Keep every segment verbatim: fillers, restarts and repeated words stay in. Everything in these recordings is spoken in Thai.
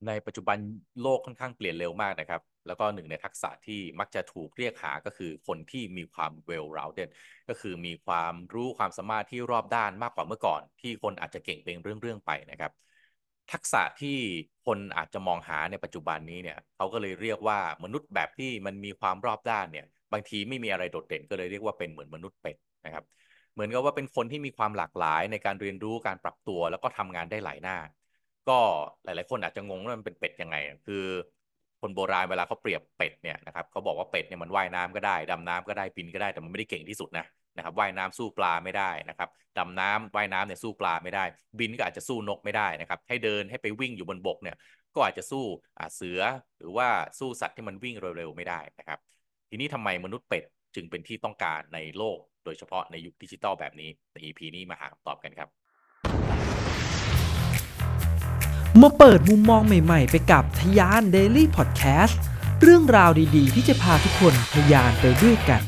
ในปัจจุบันโลกค่อนข้างเปลี่ยนเร็วมากนะครับแล้วก็หนึ่งในทักษะที่มักจะถูกเรียกหาก็คือคนที่มีความ well rounded ก็คือมีความรู้ความสามารถที่รอบด้านมากกว่าเมื่อก่อนที่คนอาจจะเก่งเป็นเรื่องๆไปนะครับทักษะที่คนอาจจะมองหาในปัจจุบันนี้เนี่ยเขาก็เลยเรียกว่ามนุษย์แบบที่มันมีความรอบด้านเนี่ยบางทีไม่มีอะไรโดดเด่นก็เลยเรียกว่าเป็นเหมือนมนุษย์เป็ดนะครับเหมือนกับว่าเป็นคนที่มีความหลากหลายในการเรียนรู้การปรับตัวแล้วก็ทำงานได้หลายหน้า ก็หลายๆคนอาจจะงงว่ามันเป็นเป็ดยังไงคือคนโบราณเวลาเขาเปรียบเป็ดเนี่ยนะครับเขาบอกว่าเป็ดเนี่ยมันว่ายน้ำก็ได้ดำน้ำก็ได้บินก็ได้แต่มันไม่ได้เก่งที่สุดนะนะครับว่ายน้ำสู้ปลาไม่ได้นะครับดำน้ำว่ายน้ำเนี่ยสู้ปลาไม่ได้บินก็อาจจะสู้นกไม่ได้นะครับให้เดินให้ไปวิ่งอยู่บนบกเนี่ยก็อาจจะสู้เสือหรือว่าสู้สัตว์ที่มันวิ่งเร็วๆไม่ได้นะครับทีนี้ทำไมมนุษย์เป็ดจึงเป็นที่ต้องการในโลกโดยเฉพาะในยุคดิจิตอลแบบนี้ใน อี พี นี้มาหาคำตอบกันครับมาเปิดมุมมองใหม่ๆไปกับทยาน Daily Podcast เรื่องราวดีๆที่จะพาทุกคนทยานไปด้วยกัน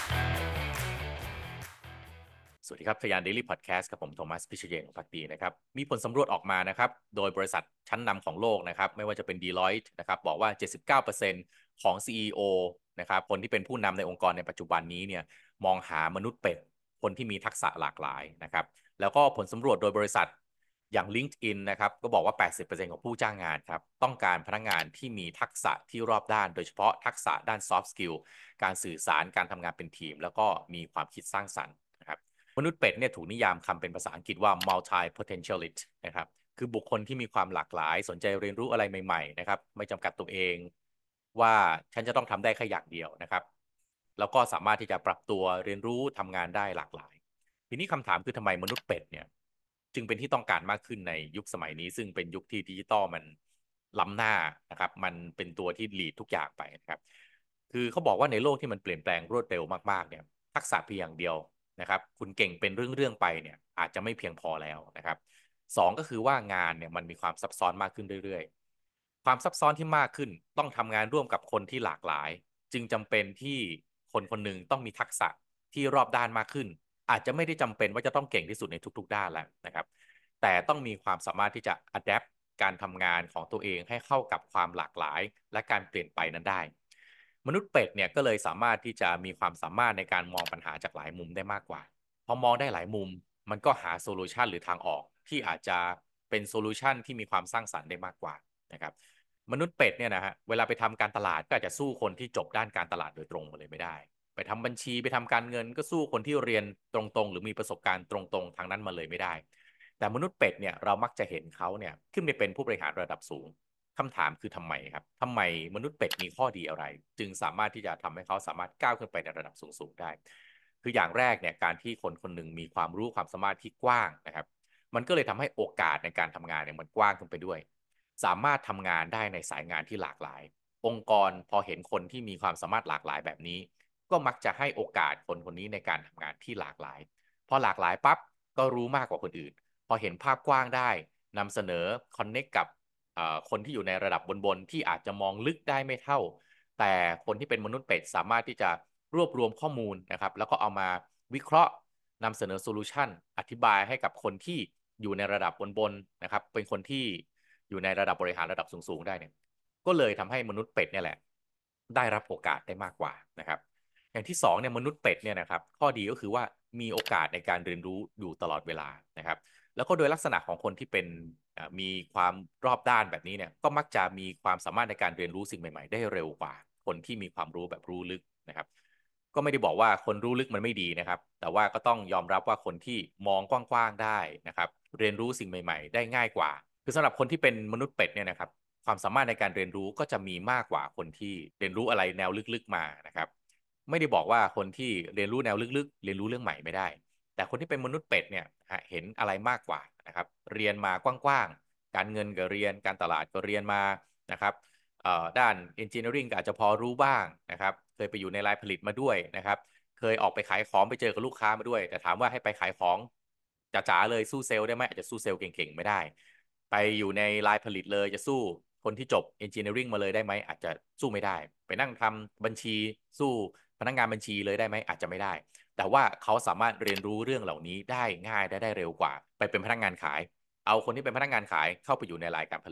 สวัสดีครับทยาน Daily Podcast ครับผมโทมัสพิเชยงภักดีนะครับมีผลสำรวจออกมานะครับโดยบริษัทชั้นนำของโลกนะครับไม่ว่าจะเป็น Deloitte นะครับบอกว่า เจ็ดสิบเก้าเปอร์เซ็นต์ ของ ซี อี โอ นะครับคนที่เป็นผู้นำในองค์กรในปัจจุบันนี้เนี่ยมองหามนุษย์เป็ดคนที่มีทักษะหลากหลายนะครับแล้วก็ผลสำรวจโดยบริษัทอย่าง LinkedIn นะครับก็บอกว่า แปดสิบเปอร์เซ็นต์ ของผู้จ้างงานครับต้องการพนักงานที่มีทักษะที่รอบด้านโดยเฉพาะทักษะด้าน soft skill การสื่อสารการทำงานเป็นทีมแล้วก็มีความคิดสร้างสรรค์นะครับ มนุษย์เป็ดเนี่ยถูกนิยามคำเป็นภาษาอังกฤษว่า multi potentialist นะครับคือบุคคลที่มีความหลากหลายสนใจเรียนรู้อะไรใหม่ๆนะครับไม่จำกัดตัวเองว่าฉันจะต้องทำได้แค่อย่างเดียวนะครับแล้วก็สามารถที่จะปรับตัวเรียนรู้ทำงานได้หลากหลายทีนี้คำถามคือทำไมมนุษย์เป็ดเนี่ยจึงเป็นที่ต้องการมากขึ้นในยุคสมัยนี้ซึ่งเป็นยุคที่ดิจิตอลมันล้ำหน้านะครับมันเป็นตัวที่ลีดทุกอย่างไปนะครับคือเขาบอกว่าในโลกที่มันเปลี่ยนแปลงรวดเร็วมากๆเนี่ยทักษะเพียงอย่างเดียว นะครับคุณเก่งเป็นเรื่องๆไปเนี่ยอาจจะไม่เพียงพอแล้วนะครับสองก็คือว่างานเนี่ยมันมีความซับซ้อนมากขึ้นเรื่อยๆความซับซ้อนที่มากขึ้นต้องทำงานร่วมกับคนที่หลากหลายจึงจำเป็นที่คนคนหนึ่งต้องมีทักษะที่รอบด้านมากขึ้นอาจจะไม่ได้จำเป็นว่าจะต้องเก่งที่สุดในทุกๆด้านแล้วนะครับแต่ต้องมีความสามารถที่จะ adapt การทำงานของตัวเองให้เข้ากับความหลากหลายและการเปลี่ยนไปนั้นได้ มนุษย์เป็ดเนี่ยก็เลยสามารถที่จะมีความสามารถในการมองปัญหาจากหลายมุมได้มากกว่าพอมองได้หลายมุมมันก็หาโซลูชันหรือทางออกที่อาจจะเป็นโซลูชันที่มีความสร้างสรรค์ได้มากกว่านะครับมนุษย์เป็ดเนี่ยนะฮะเวลาไปทำการตลาดก็อาจจะสู้คนที่จบด้านการตลาดโดยตรงมาเลยไม่ได้ไปทำบัญชีไปทำการเงินก็สู้คนที่เรียนตรงๆหรือมีประสบการณ์ตรงๆทางนั้นมาเลยไม่ได้แต่มนุษย์เป็ดเนี่ยเรามักจะเห็นเขาเนี่ยขึ้นไปเป็นผู้บริหารระดับสูง คำถามคือทำไมครับทำไมมนุษย์เป็ดมีข้อดีอะไรจึงสามารถที่จะทำให้เขาสามารถก้าวขึ้นไปในระดับสูงๆได้คืออย่างแรกเนี่ยการที่คนคนหนึ่งมีความรู้ความสามารถที่กว้างนะครับมันก็เลยทำให้โอกาสในการทำงานเนี่ยมันกว้างขึ้นไปด้วยสามารถทำงานได้ในสายงานที่หลากหลายองค์กรพอเห็นคนที่มีความสามารถหลากหลายแบบนี้ก็มักจะให้โอกาสคนคนนี้ในการทำงานที่หลากหลายพอหลากหลายปั๊บก็รู้มากกว่าคนอื่นพอเห็นภาพกว้างได้นำเสนอคอนเน็กกับ คนที่อยู่ในระดับบนๆที่อาจจะมองลึกได้ไม่เท่าแต่คนที่เป็นมนุษย์เป็ดสามารถที่จะรวบรวมข้อมูลนะครับแล้วก็เอามาวิเคราะห์นำเสนอโซลูชันอธิบายให้กับคนที่อยู่ในระดับบนๆนะครับเป็นคนที่อยู่ในระดับบริหารระดับสูงๆได้เนี่ยก็เลยทำให้มนุษย์เป็ดเนี่ยแหละได้รับโอกาสได้มากกว่านะครับอย่างที่สองเนี่ยมนุษย์เป็ดเนี่ยนะครับข้อดีก็คือว่ามีโอกาสในการเรียนรู้อยู่ตลอดเวลานะครับแล้วก็โดยลักษณะของคนที่เป็น มีความรอบด้านแบบนี้เนี่ยก็มักจะมีความสามารถในการเรียนรู้สิ่งใหม่ๆได้เร็วกว่าคนที่มีความรู้แบบรู้ลึกนะครับก็ไม่ได้บอกว่าคนรู้ลึกมันไม่ดีนะครับแต่ว่าก็ต้องยอมรับว่าคนที่มองกว้างๆได้นะครับเรียนรู้สิ่งใหม่ๆได้ง่ายกว่าคือสำหรับคนที่เป็นมนุษย์เป็ดเนี่ยนะครับความสามารถในการเรียนรู้ก็จะมีมากกว่าคนที่เรียนรู้อะไรแนวลึกๆมานะครับไม่ได้บอกว่าคนที่เรียนรู้แนวลึกๆเรียนรู้เรื่องใหม่ไม่ได้ แต่คนที่เป็นมนุษย์เป็ดเนี่ยเห็นอะไรมากกว่านะครับเรียนมากว้างๆการเงินก็เรียนการตลาดก็เรียนมานะครับด้าน Engineering ก็อาจจะพอรู้บ้างนะครับเคยไปอยู่ในรายผลิตมาด้วยนะครับเคยออกไปขายของไปเจอกับลูกค้ามาด้วยแต่ถามว่าให้ไปขายของจ๋าๆเลยสู้เซลล์ได้ไหมอาจจะสู้เซลล์เก่งๆไม่ได้ไปอยู่ในรายผลิตเลยจะสู้คนที่จบ Engineering มาเลยได้ไหมอาจจะสู้ไม่ได้ไปนั่งทำบัญชีสู้พนักงานบัญชีเลยได้ไหมอาจจะไม่ได้ แต่ว่าเขาสามารถเรียนรู้เรื่องเหล่านี้ได้ง่ายได้ได้เร็วกว่าไปเป็นพนักงานขายเอาคนที่เป็นพนักงานขายเข้าไปอยู่ในรายการผลิต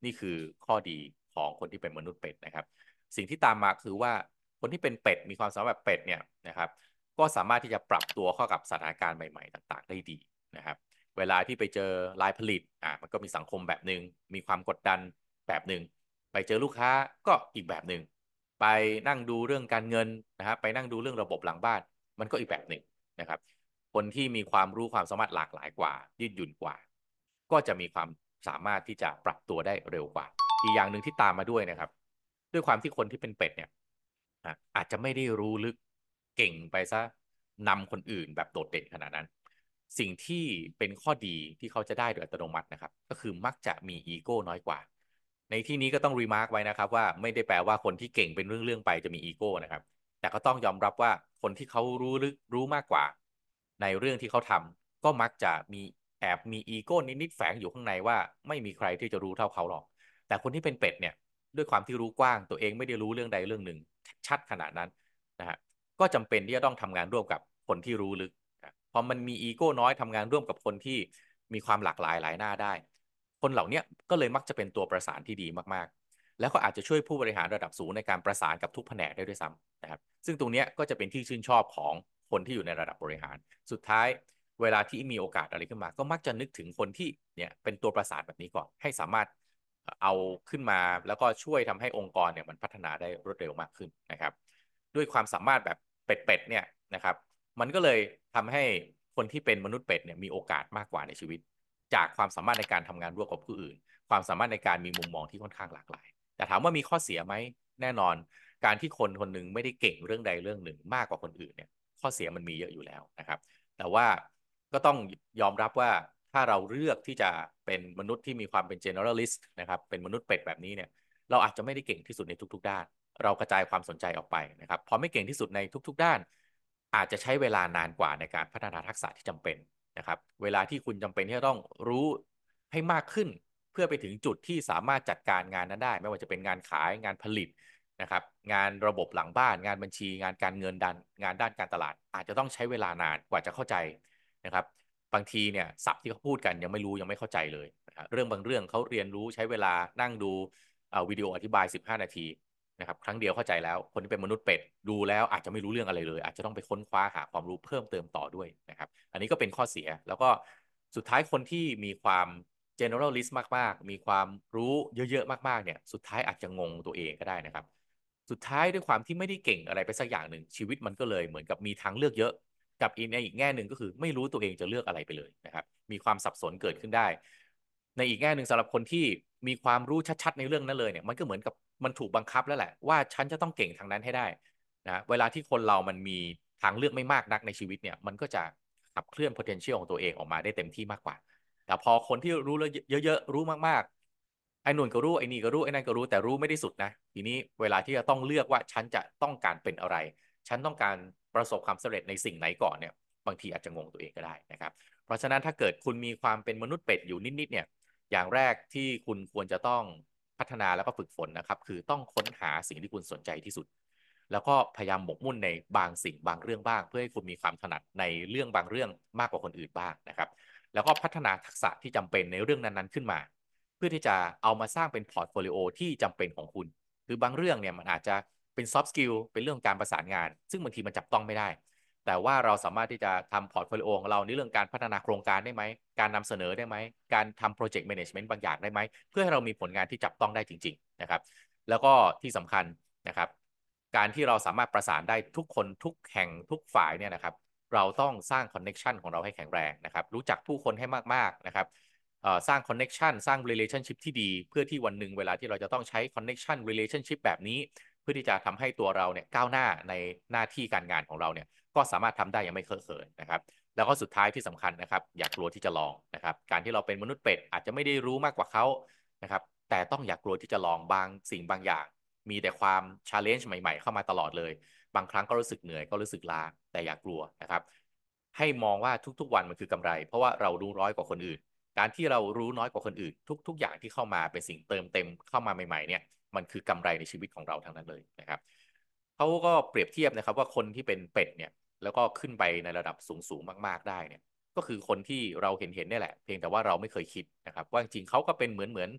นี่คือข้อดีของคนที่เป็นมนุษย์เป็ดนะครับสิ่งที่ตามมาคือว่าคนที่เป็นเป็ดมีความสามารถแบบเป็ดเนี่ยนะครับก็สามารถที่จะปรับตัวเข้ากับสถานการณ์ใหม่ๆต่างๆได้ดีนะครับเวลาที่ไปเจอรายผลิตอ่ะมันก็มีสังคมแบบหนึ่งมีความกดดันแบบหนึ่งไปเจอลูกค้าก็อีกแบบหนึ่งไปนั่งดูเรื่องการเงินนะครับไปนั่งดูเรื่องระบบหลังบ้านมันก็อีกแบบหนึ่งนะครับคนที่มีความรู้ความสามารถหลากหลายกว่ายืดหยุ่นกว่าก็จะมีความสามารถที่จะปรับตัวได้เร็วกว่าอีกอย่างหนึ่งที่ตามมาด้วยนะครับด้วยความที่คนที่เป็นเป็ดเนี่ยอาจจะไม่ได้รู้ลึกเก่งไปซะนำคนอื่นแบบโดดเด่นขนาดนั้นสิ่งที่เป็นข้อดีที่เขาจะได้โดยอัตโนมัตินะครับก็คือมักจะมีอีโก้น้อยกว่าในที่นี้ก็ต้องรีมาร์กไว้นะครับว่าไม่ได้แปลว่าคนที่เก่งเป็นเรื่องๆไปจะมีอีโก้นะครับแต่ก็ต้องยอมรับว่าคนที่เขารู้ลึกรู้มากกว่าในเรื่องที่เขาทำก็มักจะมีแอบมีอีโก้นิดๆแฝงอยู่ข้างในว่าไม่มีใครที่จะรู้เท่าเขาหรอกแต่คนที่เป็นเป็ดเนี่ยด้วยความที่รู้กว้างตัวเองไม่ได้รู้เรื่องใดเรื่องหนึ่งชัดขนาดนั้นนะฮะก็จำเป็นที่จะต้องทำงานร่วมกับคนที่รู้ลึกพอมันมีอีโก้น้อยทำงานร่วมกับคนที่มีความหลากหลายหลายหน้าได้คนเหล่านี้ก็เลยมักจะเป็นตัวประสานที่ดีมากๆแล้วก็อาจจะช่วยผู้บริหารระดับสูงในการประสานกับทุกแผนกได้ด้วยซ้ำนะครับซึ่งตรงนี้ก็จะเป็นที่ชื่นชอบของคนที่อยู่ในระดับบริหารสุดท้ายเวลาที่มีโอกาสอะไรขึ้นมาก็มักจะนึกถึงคนที่เนี่ยเป็นตัวประสานแบบนี้ก่อนให้สามารถเอาขึ้นมาแล้วก็ช่วยทำให้องค์กรเนี่ยมันพัฒนาได้รวดเร็วมากขึ้นนะครับด้วยความสามารถแบบเป็ดๆเนี่ยนะครับมันก็เลยทำให้คนที่เป็นมนุษย์เป็ดเนี่ยมีโอกาสมากกว่าในชีวิตจากความสามารถในการทำงานร่วมกับผู้อื่นความสามารถในการมีมุมมองที่ค่อนข้างหลากหลายแต่ถามว่ามีข้อเสียไหมแน่นอนการที่คนคนหนึ่งไม่ได้เก่งเรื่องใดเรื่องหนึ่งมากกว่าคนอื่นเนี่ยข้อเสียมันมีเยอะอยู่แล้วนะครับแต่ว่าก็ต้องยอมรับว่าถ้าเราเลือกที่จะเป็นมนุษย์ที่มีความเป็น generalist นะครับเป็นมนุษย์เป็ดแบบนี้เนี่ยเราอาจจะไม่ได้เก่งที่สุดในทุกๆด้านเรากระจายความสนใจออกไปนะครับพอไม่เก่งที่สุดในทุกๆด้านอาจจะใช้เวลานานกว่าในการพัฒนาทักษะที่จำเป็นนะครับเวลาที่คุณจำเป็นที่จะต้องรู้ให้มากขึ้นเพื่อไปถึงจุดที่สามารถจัดการงานนั้นได้ไม่ว่าจะเป็นงานขายงานผลิตนะครับงานระบบหลังบ้านงานบัญชีงานการเงินดันงานด้านการตลาดอาจจะต้องใช้เวลานานกว่าจะเข้าใจนะครับบางทีเนี่ยศัพท์ที่เขาพูดกันยังไม่รู้ยังไม่เข้าใจเลยนะเรื่องบางเรื่องเขาเรียนรู้ใช้เวลานั่งดูวิดีโออธิบายสิบห้านาทีนะครับครั้งเดียวเข้าใจแล้วคนที่เป็นมนุษย์เป็ดดูแล้วอาจจะไม่รู้เรื่องอะไรเลยอาจจะต้องไปค้นคว้าหาความรู้เพิ่มเติมต่อด้วยนะครับอันนี้ก็เป็นข้อเสียแล้วก็สุดท้ายคนที่มีความ generalist มากๆมีความรู้เยอะๆมากๆเนี่ยสุดท้ายอาจจะงงตัวเองก็ได้นะครับสุดท้ายด้วยความที่ไม่ได้เก่งอะไรไปสักอย่างหนึ่งชีวิตมันก็เลยเหมือนกับมีทางเลือกเยอะกับอีกในอีกแง่หนึ่งก็คือไม่รู้ตัวเองจะเลือกอะไรไปเลยนะครับมีความสับสนเกิดขึ้นได้ในอีกแง่หนึ่งสำหรับคนที่มีความรู้ชัดๆในเรื่องนั้นเลยเนี่ยมันก็เหมือนกับมันถูกบังคับแล้วแหละว่าฉันจะต้องเก่งทางนั้นให้ได้นะเวลาที่คนเรามันมีทางเลือกไม่มากนักในชีวิตเนี่ยมันก็จะขับเคลื่อน potential ของตัวเองออกมาได้เต็มที่มากกว่าแต่พอคนที่รู้เยอะๆรู้มากๆไอ้นู่นก็รู้ไอ้นี่ก็รู้ไอ้นั่นก็รู้แต่รู้ไม่ได้สุดนะทีนี้เวลาที่จะต้องเลือกว่าฉันจะต้องการเป็นอะไรฉันต้องการประสบความสำเร็จในสิ่งไหนก่อนเนี่ยบางทีอาจจะงงตัวเองก็ได้นะครับเพราะฉะนั้นถ้าเกิดคุณมีความเป็นมนุษย์เป็ดอยู่นิดๆเนี่ยอย่างแรกที่คุณควรจะต้องพัฒนาแล้วก็ฝึกฝนนะครับคือต้องค้นหาสิ่งที่คุณสนใจที่สุดแล้วก็พยายามหมกมุ่นในบางสิ่งบางเรื่องบ้างเพื่อให้คุณมีความถนัดในเรื่องบางเรื่องมากกว่าคนอื่นบ้างนะครับแล้วก็พัฒนาทักษะที่จำเป็นในเรื่องนั้นๆขึ้นมาเพื่อที่จะเอามาสร้างเป็นพอร์ตโฟลิโอที่จำเป็นของคุณคือบางเรื่องเนี่ยมันอาจจะเป็นซอฟต์สกิลเป็นเรื่องการประสานงานซึ่งบางทีมันจับต้องไม่ได้แต่ว่าเราสามารถที่จะทำพอร์ตโฟลิโอของเราในเรื่องการพัฒนาโครงการได้ไหมการนำเสนอได้ไหมการทำโปรเจกต์แมネจเมนต์บางอย่างได้ไหมเพื่อให้เรามีผลงานที่จับต้องได้จริงๆนะครับแล้วก็ที่สำคัญนะครับการที่เราสามารถประสานได้ทุกคนทุกแห่งทุกฝ่ายเนี่ยนะครับเราต้องสร้างคอนเน็ชันของเราให้แข็งแรงนะครับรู้จักผู้คนให้มากๆนะครับสร้างคอนเน็ชันสร้าง relationship ที่ดีเพื่อที่วันหนึ่งเวลาที่เราจะต้องใช้คอนเน็ชัน relationship แบบนี้เพื่อที่จะทำให้ตัวเราเนี่ยก้าวหน้าในหน้าที่การงานของเราเนี่ยก็สามารถทำได้ยังไม่เคอะเขินนะครับแล้วก็สุดท้ายที่สำคัญนะครับอย่ากลัวที่จะลองนะครับการที่เราเป็นมนุษย์เป็ดอาจจะไม่ได้รู้มากกว่าเขานะครับแต่ต้องอย่ากลัวที่จะลองบางสิ่งบางอย่างมีแต่ความ challenge ใหม่ๆเข้ามาตลอดเลยบางครั้งก็รู้สึกเหนื่อยก็รู้สึกล้าแต่อย่ากลัวนะครับให้มองว่าทุกๆวันมันคือกำไรเพราะว่าเรารู้ร้อยกว่าคนอื่นการที่เรารู้น้อยกว่าคนอื่นทุกๆอย่างที่เข้ามาเป็นสิ่งเติมเต็มเข้ามาใหม่ๆเนี่ยมันคือกำไรในชีวิตของเราทั้งนั้นเลยนะครับเขาก็เปรียบเทียบนะครับว่าคนที่เป็นเป็ดเนี่ยแล้วก็ขึ้นไปในระดับสูงๆมากๆได้เนี่ยก็คือคนที่เราเห็นๆนี่แหละเพียงแต่ว่าเราไม่เคยคิดนะครับว่าจริงๆเขาก็เป็นเหมือนเหมือน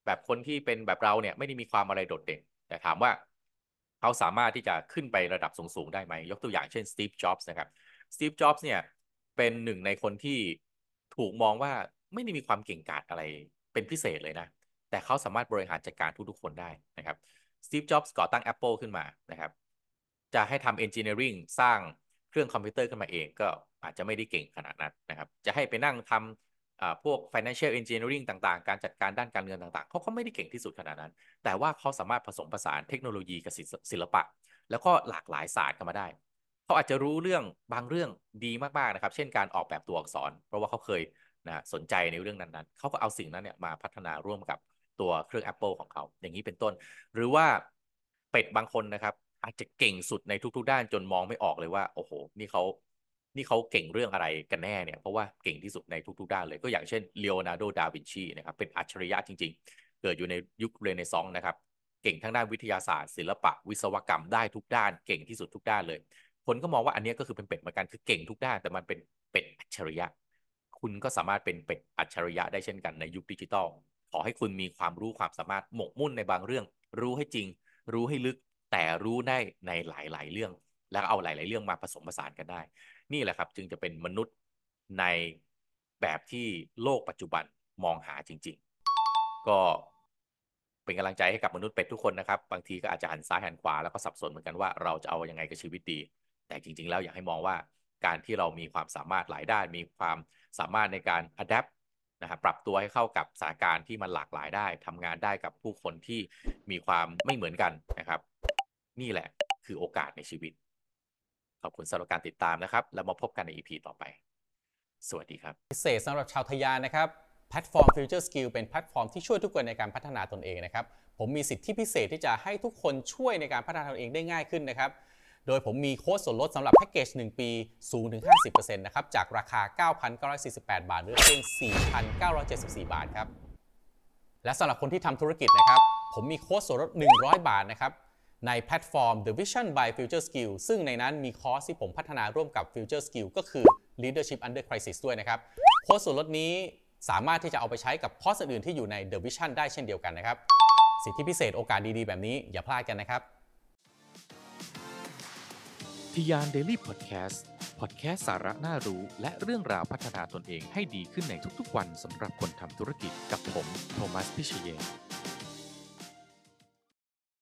แบบคนที่เป็นแบบเราเนี่ยไม่ได้มีความอะไรโดดเด่นแต่ถามว่าเขาสามารถที่จะขึ้นไประดับสูงๆได้ไหมยกตัวอย่างเช่นสตีฟจ็อบส์นะครับสตีฟจ็อบส์เนี่ยเป็นหนึ่งในคนที่ถูกมองว่าไม่ได้มีความเก่งกาจอะไรเป็นพิเศษเลยนะแต่เขาสามารถบริหารจัดการทุกๆคนได้นะครับสตีฟจ็อบส์ก่อตั้ง Apple ขึ้นมานะครับจะให้ทำ Engineering สร้างเครื่องคอมพิวเตอร์ขึ้นมาเองก็อาจจะไม่ได้เก่งขนาดนั้นนะครับจะให้ไปนั่งทำอ่าพวก financial engineering ต่างๆการจัดการด้านการเงินต่างๆเขาก็ไม่ได้เก่งที่สุดขนาดนั้นแต่ว่าเขาสามารถผสมผสานเทคโนโลยีกับศิลปะแล้วก็หลากหลายศาสตร์เข้ามาได้เขาอาจจะรู้เรื่องบางเรื่องดีมากๆนะครับเช่นการออกแบบตัวอักษรเพราะว่าเขาเคยนะสนใจในเรื่องนั้นๆเขาก็เอาสิ่งนั้นเนี่ยมาพัฒนาร่วมกับตัวเครื่อง Apple ของเขาอย่างนี้เป็นต้นหรือว่าเป็ดบางคนนะครับอาจจะเก่งสุดในทุกๆด้านจนมองไม่ออกเลยว่าโอ้โหนี่เขานี่เขาเก่งเรื่องอะไรกันแน่เนี่ยเพราะว่าเก่งที่สุดในทุกๆด้านเลยก็อย่างเช่นเลโอนาร์โด ดาวินชีนะครับเป็นอัจฉริยะจริงๆเกิดอยู่ในยุคเรเนซองส์นะครับเก่งทั้งด้านวิทยาศาสตร์ศิลปะวิศวกรรมได้ทุกด้านเก่งที่สุดทุกด้านเลยคนก็มองว่าอันนี้ก็คือเป็นเป็ดเหมือนกันคือเก่งทุกด้านแต่มันเป็นเป็ดอัจฉริยะคุณก็สามารถเป็นเป็ดอัจฉริยะได้เช่นกันในยุคดิจิทัลขอให้คุณมีความรู้ความสามารถหมกมุ่นในบางเรื่องรู้ให้จริงรู้ให้ลึกแต่รู้ได้ในหลายๆเรื่องแล้วเอาหลายๆเรื่องมาผสมผสานกันได้นี่แหละครับจึงจะเป็นมนุษย์ในแบบที่โลกปัจจุบันมองหาจริงๆก็เป็นกำลังใจให้กับมนุษย์เป็ดทุกคนนะครับบางทีก็อาจจะหันซ้ายหันขวาแล้วก็สับสนเหมือนกันว่าเราจะเอายังไงกับชีวิตดีแต่จริงๆแล้วอยากให้มองว่าการที่เรามีความสามารถหลายด้านมีความสามารถในการ adapt นะครับปรับตัวให้เข้ากับสถานการณ์ที่มันหลากหลายได้ทำงานได้กับผู้คนที่มีความไม่เหมือนกันนะครับนี่แหละคือโอกาสในชีวิตขอบคุณสำหรับการติดตามนะครับแล้วมาพบกันใน อี พี ต่อไปสวัสดีครับพิเศษสำหรับชาวทยานนะครับแพลตฟอร์ม Future Skill เป็นแพลตฟอร์มที่ช่วยทุกคนในการพัฒนาตนเองนะครับผมมีสิทธิพิเศษที่จะให้ทุกคนช่วยในการพัฒนาตนเองได้ง่ายขึ้นนะครับโดยผมมีโค้ดส่วนลดสำหรับแพ็กเกจหนึ่งปีสูงถึง ห้าสิบเปอร์เซ็นต์ นะครับจากราคา เก้าพันเก้าร้อยสี่สิบแปด บาทหรือเพียง สี่พันเก้าร้อยเจ็ดสิบสี่ บาทครับและสำหรับคนที่ทำธุรกิจนะครับผมมีโค้ดส่วนลดหนึ่งร้อยบาทนะครับในแพลตฟอร์ม The Vision by Future Skill ซึ่งในนั้นมีคอร์สที่ผมพัฒนาร่วมกับ Future Skill ก็คือ Leadership Under Crisis ด้วยนะครับโค้ดส่วนลดนี้สามารถที่จะเอาไปใช้กับคอร์สอื่นๆที่อยู่ใน The Vision ได้เช่นเดียวกันนะครับสิทธิพิเศษโอกาสดีๆแบบนี้อย่าพลาดกันนะครับทยาน Daily Podcast Podcast สาระน่ารู้และเรื่องราวพัฒนาตนเองให้ดีขึ้นในทุกๆวันสำหรับคนทำธุรกิจกับผมโทมัสพิเชยน